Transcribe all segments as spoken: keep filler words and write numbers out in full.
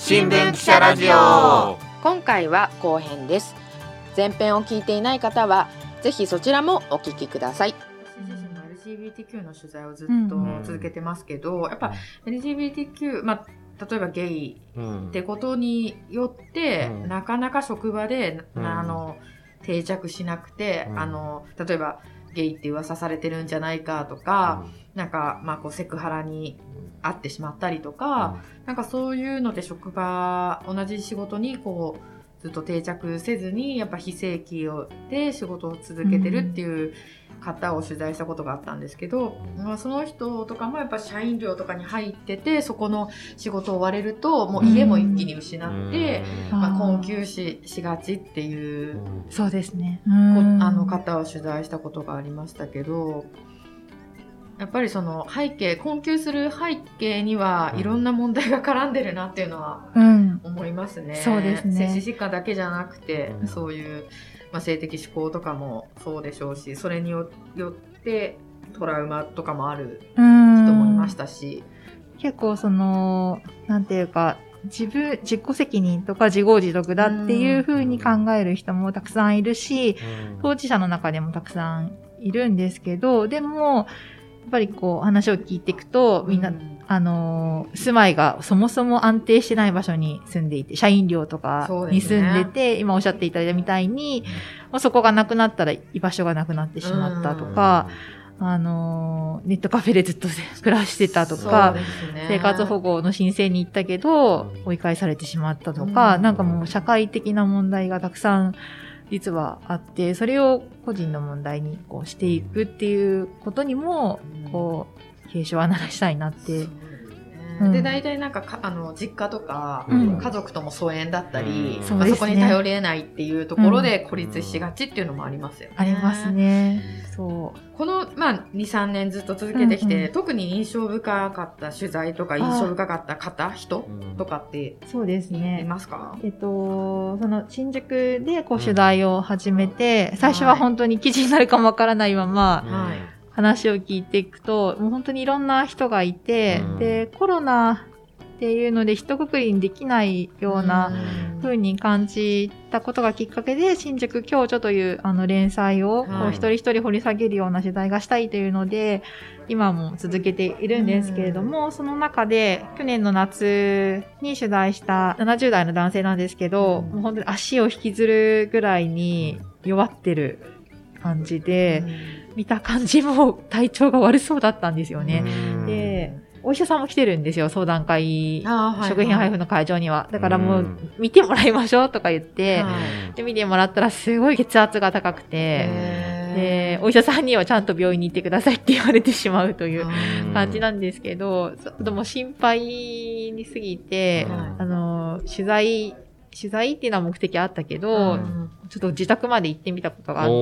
新聞記者ラジオ。 今回は後編です。前編を聞いていない方はぜひそちらもお聞きください。 私自身も エルジービーティーキュー の取材をずっと続けてますけど、うん、やっぱ エルジービーティーキュー、まあ、例えばゲイってことによって、うん、なかなか職場で、うん、あの定着しなくて、うん、あの例えばゲイって噂されてるんじゃないかとか、うん、なんか、まあ、こうセクハラに遭ってしまったりとか、うん、なんかそういうので職場同じ仕事にこうずっと定着せずにやっぱ非正規で仕事を続けてるっていう方を取材したことがあったんですけど、うん、まあ、その人とかもやっぱ社員寮とかに入っててそこの仕事を追われるともう家も一気に失って、うん、まあ、困窮し、しがちっていう、うん、 そうですね、 うん、あの方を取材したことがありましたけど、やっぱりその背景困窮する背景にはいろんな問題が絡んでるなっていうのは思いますね、 うん、そうですね。 精神疾患だけじゃなくて、うん、そういう、まあ、性的指向とかもそうでしょうし、それによってトラウマとかもある人もいましたし、 結構そのなんていうか自分自己責任とか自業自得だっていう風に考える人もたくさんいるし、当事者の中でもたくさんいるんですけど、でもやっぱりこう話を聞いていくとみんな、うん、あの住まいがそもそも安定してない場所に住んでいて、社員寮とかに住んでて、ね、今おっしゃっていただいたみたいに、うん、そこがなくなったら居場所がなくなってしまったとか、うん、あのネットカフェでずっと暮らしてたとか、ね、生活保護の申請に行ったけど追い返されてしまったとか、うん、なんかもう社会的な問題がたくさん実はあって、それを個人の問題にこうしていくっていうことにもこう警鐘を鳴らしたいなって。 うん、で大体なんか、かあの実家とか、うん、家族とも疎遠だったり、うん、まあ、そこに頼れないっていうところで孤立しがちっていうのもありますよね。 ありますね。そうこの、まあ、にさんねんずっと続けてきて、うんうん、特に印象深かった取材とか印象深かった方人とかってそうですね。 いますか？ えっとその新宿でこう取材を始めて、うん、最初は本当に記事になるかもわからないまま、はい、話を聞いていくともう本当にいろんな人がいて、うん、でコロナっていうので一括りにできないような風に感じたことがきっかけで、新宿共著というあの連載をこう一人一人掘り下げるような取材がしたいというので今も続けているんですけれども、その中で去年の夏に取材したななじゅう代の男性なんですけど、もう本当に足を引きずるぐらいに弱ってる感じで、見た感じも体調が悪そうだったんですよね。でお医者さんも来てるんですよ、相談会、はいはい、食品配布の会場には。だからもう見てもらいましょうとか言って、うん、で見てもらったらすごい血圧が高くて、でお医者さんにはちゃんと病院に行ってくださいって言われてしまうという感じなんですけど、でも心配に過ぎて、うん、あの取材取材っていうのは目的あったけど、うん、ちょっと自宅まで行ってみたことがあって、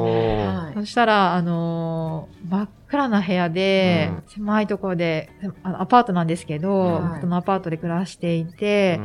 そしたらあの真っ暗な部屋で、うん、狭いところであのアパートなんですけど、うん、そのアパートで暮らしていて、うん、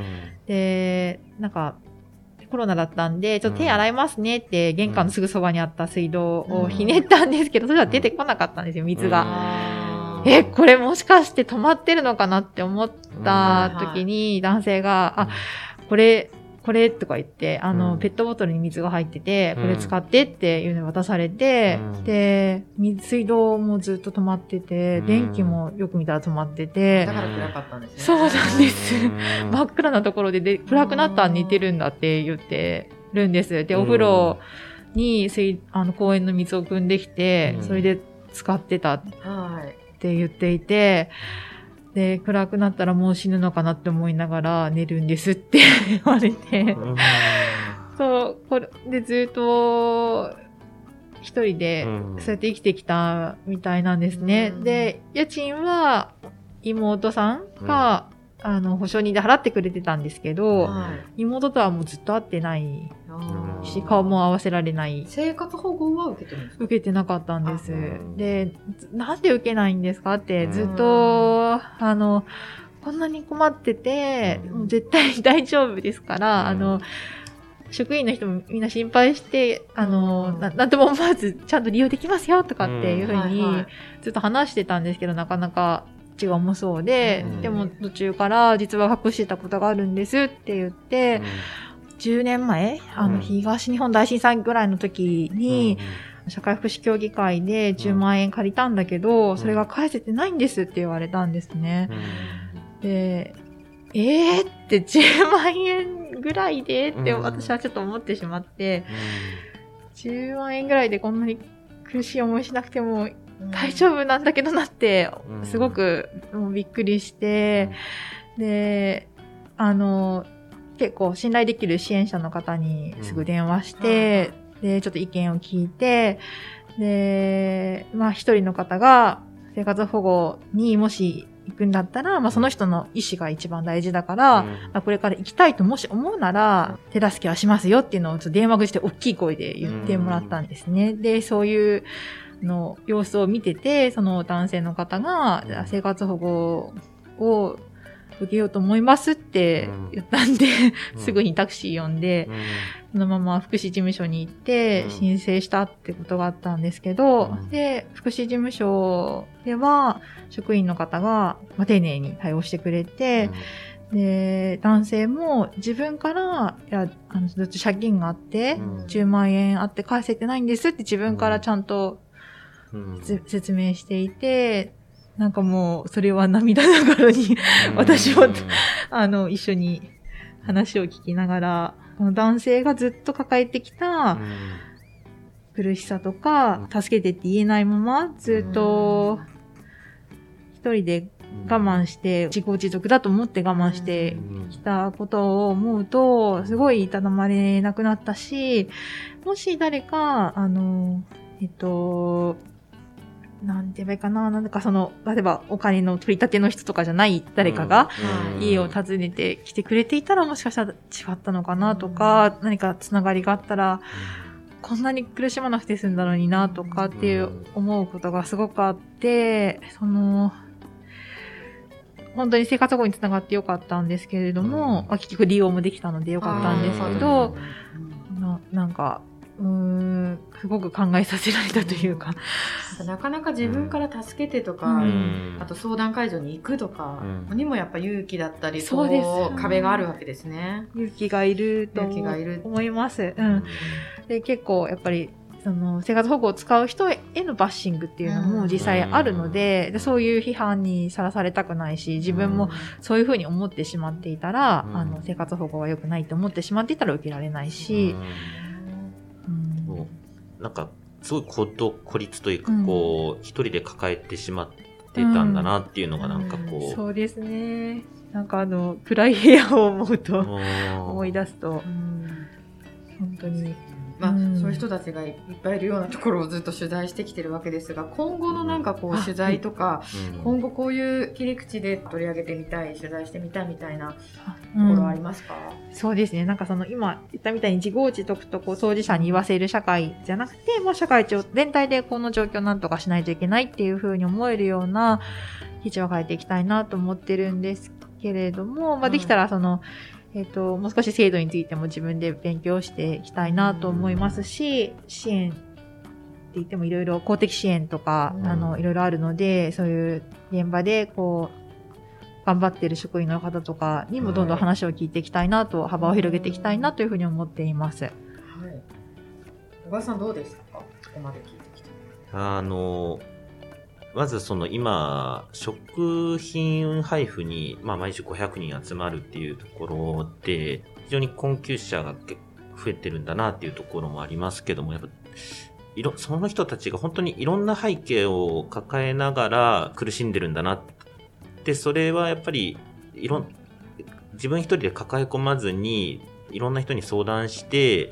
でなんかコロナだったんでちょっと手洗いますねって玄関のすぐそばにあった水道をひねったんですけど、それは出てこなかったんですよ、水が。え、これもしかして止まってるのかなって思った時に男性が、あ、これ、これとか言って、あの、うん、ペットボトルに水が入ってて、これ使ってっていうのを渡されて、うん、で、水道もずっと止まってて、うん、電気もよく見たら止まってて、 だから暗かったんですね。 そうなんです。真っ暗なところで、で、暗くなったら寝てるんだって言ってるんです。で、お風呂に水、あの、公園の水を汲んできて、それで使ってたって言っていて、で、暗くなったらもう死ぬのかなって思いながら寝るんですって言われて、うん、そう、これでずっと一人でそうやって生きてきたみたいなんですね。うん、で、家賃は妹さんが、うん、あの保証人で払ってくれてたんですけど、はい、妹とはもうずっと会ってないし、顔も合わせられない。 生活保護は受けてるんですか？ 受けてなかったんです。で、なんで受けないんですかってずっと、あの、こんなに困ってて、もう絶対大丈夫ですから、あの、職員の人もみんな心配して、あの、ななんとも思わずちゃんと利用できますよとかっていうふうにずっと話してたんですけど、なかなかちが重そうで、うん、でも途中から実は隠してたことがあるんですって言って、うん、じゅうねんまえ、あの、東日本大震災ぐらいの時に、うん、社会福祉協議会でじゅうまんえん借りたんだけど、うん、それが返せてないんですって言われたんですね。うん、で、えーってじゅうまんえんぐらいでって私はちょっと思ってしまって、うん、じゅうまんえんぐらいでこんなに苦しい思いしなくても大丈夫なんだけどなって、すごくもうびっくりして、で、あの、結構信頼できる支援者の方にすぐ電話して、うん、で、ちょっと意見を聞いて、で、まあ一人の方が生活保護にもし行くんだったら、まあその人の意思が一番大事だから、うん、まあ、これから行きたいともし思うなら、手助けはしますよっていうのをちょっと電話口で大きい声で言ってもらったんですね。うん、で、そういうの様子を見てて、その男性の方が生活保護を受けようと思いますって言ったんで、うん、すぐにタクシー呼んで、うん、そのまま福祉事務所に行って申請したってことがあったんですけど、うん、で、福祉事務所では職員の方が、まあ、丁寧に対応してくれて、うん、で、男性も自分から、いや、あの、ずっと借金があって、うん、じゅうまんえんあって返せてないんですって自分からちゃんと、うん、説明していて、なんかもう、それは涙ながらに、私も、あの、一緒に話を聞きながら、男性がずっと抱えてきた苦しさとか、助けてって言えないまま、ずっと一人で我慢して、自業自得だと思って我慢してきたことを思うと、すごいいたたまれなくなったし、もし誰か、あの、えっと、なんて言えばいいかな、なんかその、例えばお金の取り立ての人とかじゃない誰かが家を訪ねてきてくれていたらもしかしたら違ったのかなとか、何かつながりがあったら、こんなに苦しまなくて済んだのになとかっていう思うことがすごくあって、その、本当に生活保護につながってよかったんですけれども、結局利用もできたのでよかったんですけど、な, なんか、うーん、すごく考えさせられたというか。 なかなか自分から助けてとか、うん、あと相談会場に行くとかにもやっぱ勇気だったり、そうです。壁があるわけですね。 勇気がいると思います。うん。で、結構やっぱり、その生活保護を使う人へのバッシングっていうのも実際あるので、でそういう批判にさらされたくないし、自分もそういうふうに思ってしまっていたら、あの生活保護は良くないと思ってしまっていたら受けられないし、 なんかすごい孤独孤立というか、こう、うん、一人で抱えてしまってたんだなっていうのがなんかこう、 うん、そうですね。なんかあの暗い部屋を思うと思い出すと、うん、本当に。 まあ、うん、そういう人たちがいっぱいいるようなところをずっと取材してきてるわけですが、今後のなんかこう取材とか、うん、今後こういう切り口で取り上げてみたい、取材してみたいみたいなところはありますか？ うん、そうですね。なんかその今言ったみたいに自業自得とこう当事者に言わせる社会じゃなくて、もう社会全体でこの状況をなんとかしないといけないっていうふうに思えるような記事を書いていきたいなと思ってるんですけれども、まあできたらその、えっと、もう少し制度についても自分で勉強していきたいなと思いますし、支援って言ってもいろいろ公的支援とか、あの、いろいろあるので、そういう現場でこう、頑張っている職員の方とかにもどんどん話を聞いていきたいなと、幅を広げていきたいなというふうに思っています。はい。 小川さんどうでしたか？ここまで聞いてきて。 あの、まずその今、食品配布に、まあ毎週ごひゃくにん集まるっていうところで、非常に困窮者が増えてるんだなっていうところもありますけども、やっぱ、いろ、その人たちが本当にいろんな背景を抱えながら苦しんでるんだなって、それはやっぱり、いろん、自分一人で抱え込まずに、いろんな人に相談して、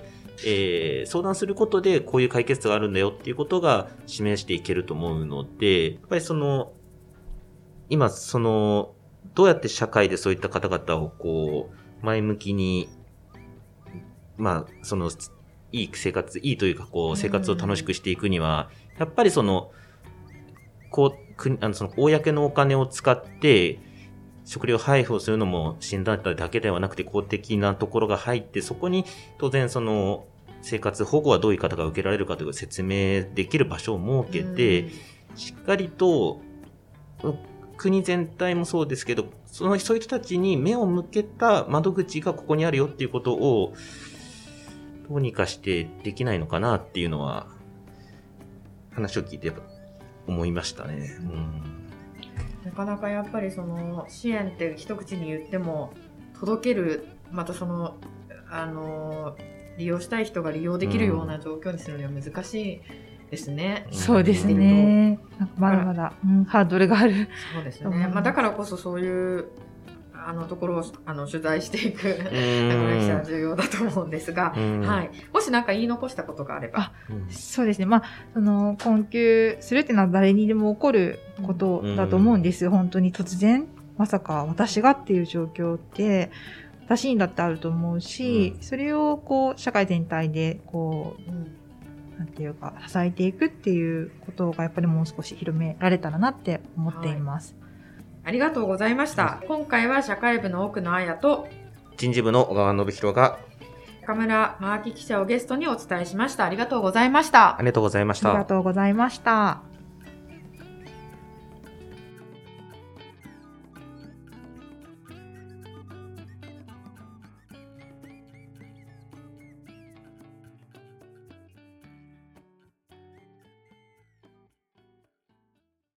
えー、相談することでこういう解決があるんだよっていうことが示していけると思うので、やっぱりその、今その、どうやって社会でそういった方々をこう、前向きに、まあ、その、いい生活、いいというかこう、生活を楽しくしていくには、やっぱりその、こう、くあのその、公のお金を使って、食料配布をするのも診断だけではなくて公的なところが入って、そこに当然その生活保護はどういう方が受けられるかという説明できる場所を設けて、しっかりと国全体もそうですけど、そのそういう人たちに目を向けた窓口がここにあるよっていうことをどうにかしてできないのかなっていうのは話を聞いて思いましたね。うん、 なかなかやっぱりその支援って一口に言っても届ける、またそのあの利用したい人が利用できるような状況にするには難しいですね。 うん、そうですね。なんかまだまだ、うん、ハードルがある。 そうですね。まあ、だからこそそういうあのところをあの取材していく中村記者は重要だと思うんですが、はい、もし何か言い残したことがあれば。あ、 そうですね。まあ、その困窮するっていうのは誰にでも起こることだと思うんですよ。本当に突然、まさか私がっていう状況って私にだってあると思うし、うん、それをこう社会全体でこう、うん、なんていうか支えていくっていうことがやっぱりもう少し広められたらなって思っています。 はい、ありがとうございました。今回は社会部の奥野彩と人事部の小川信弘が中村真明記者をゲストにお伝えしました。ありがとうございました。 ありがとうございました。 ありがとうございました。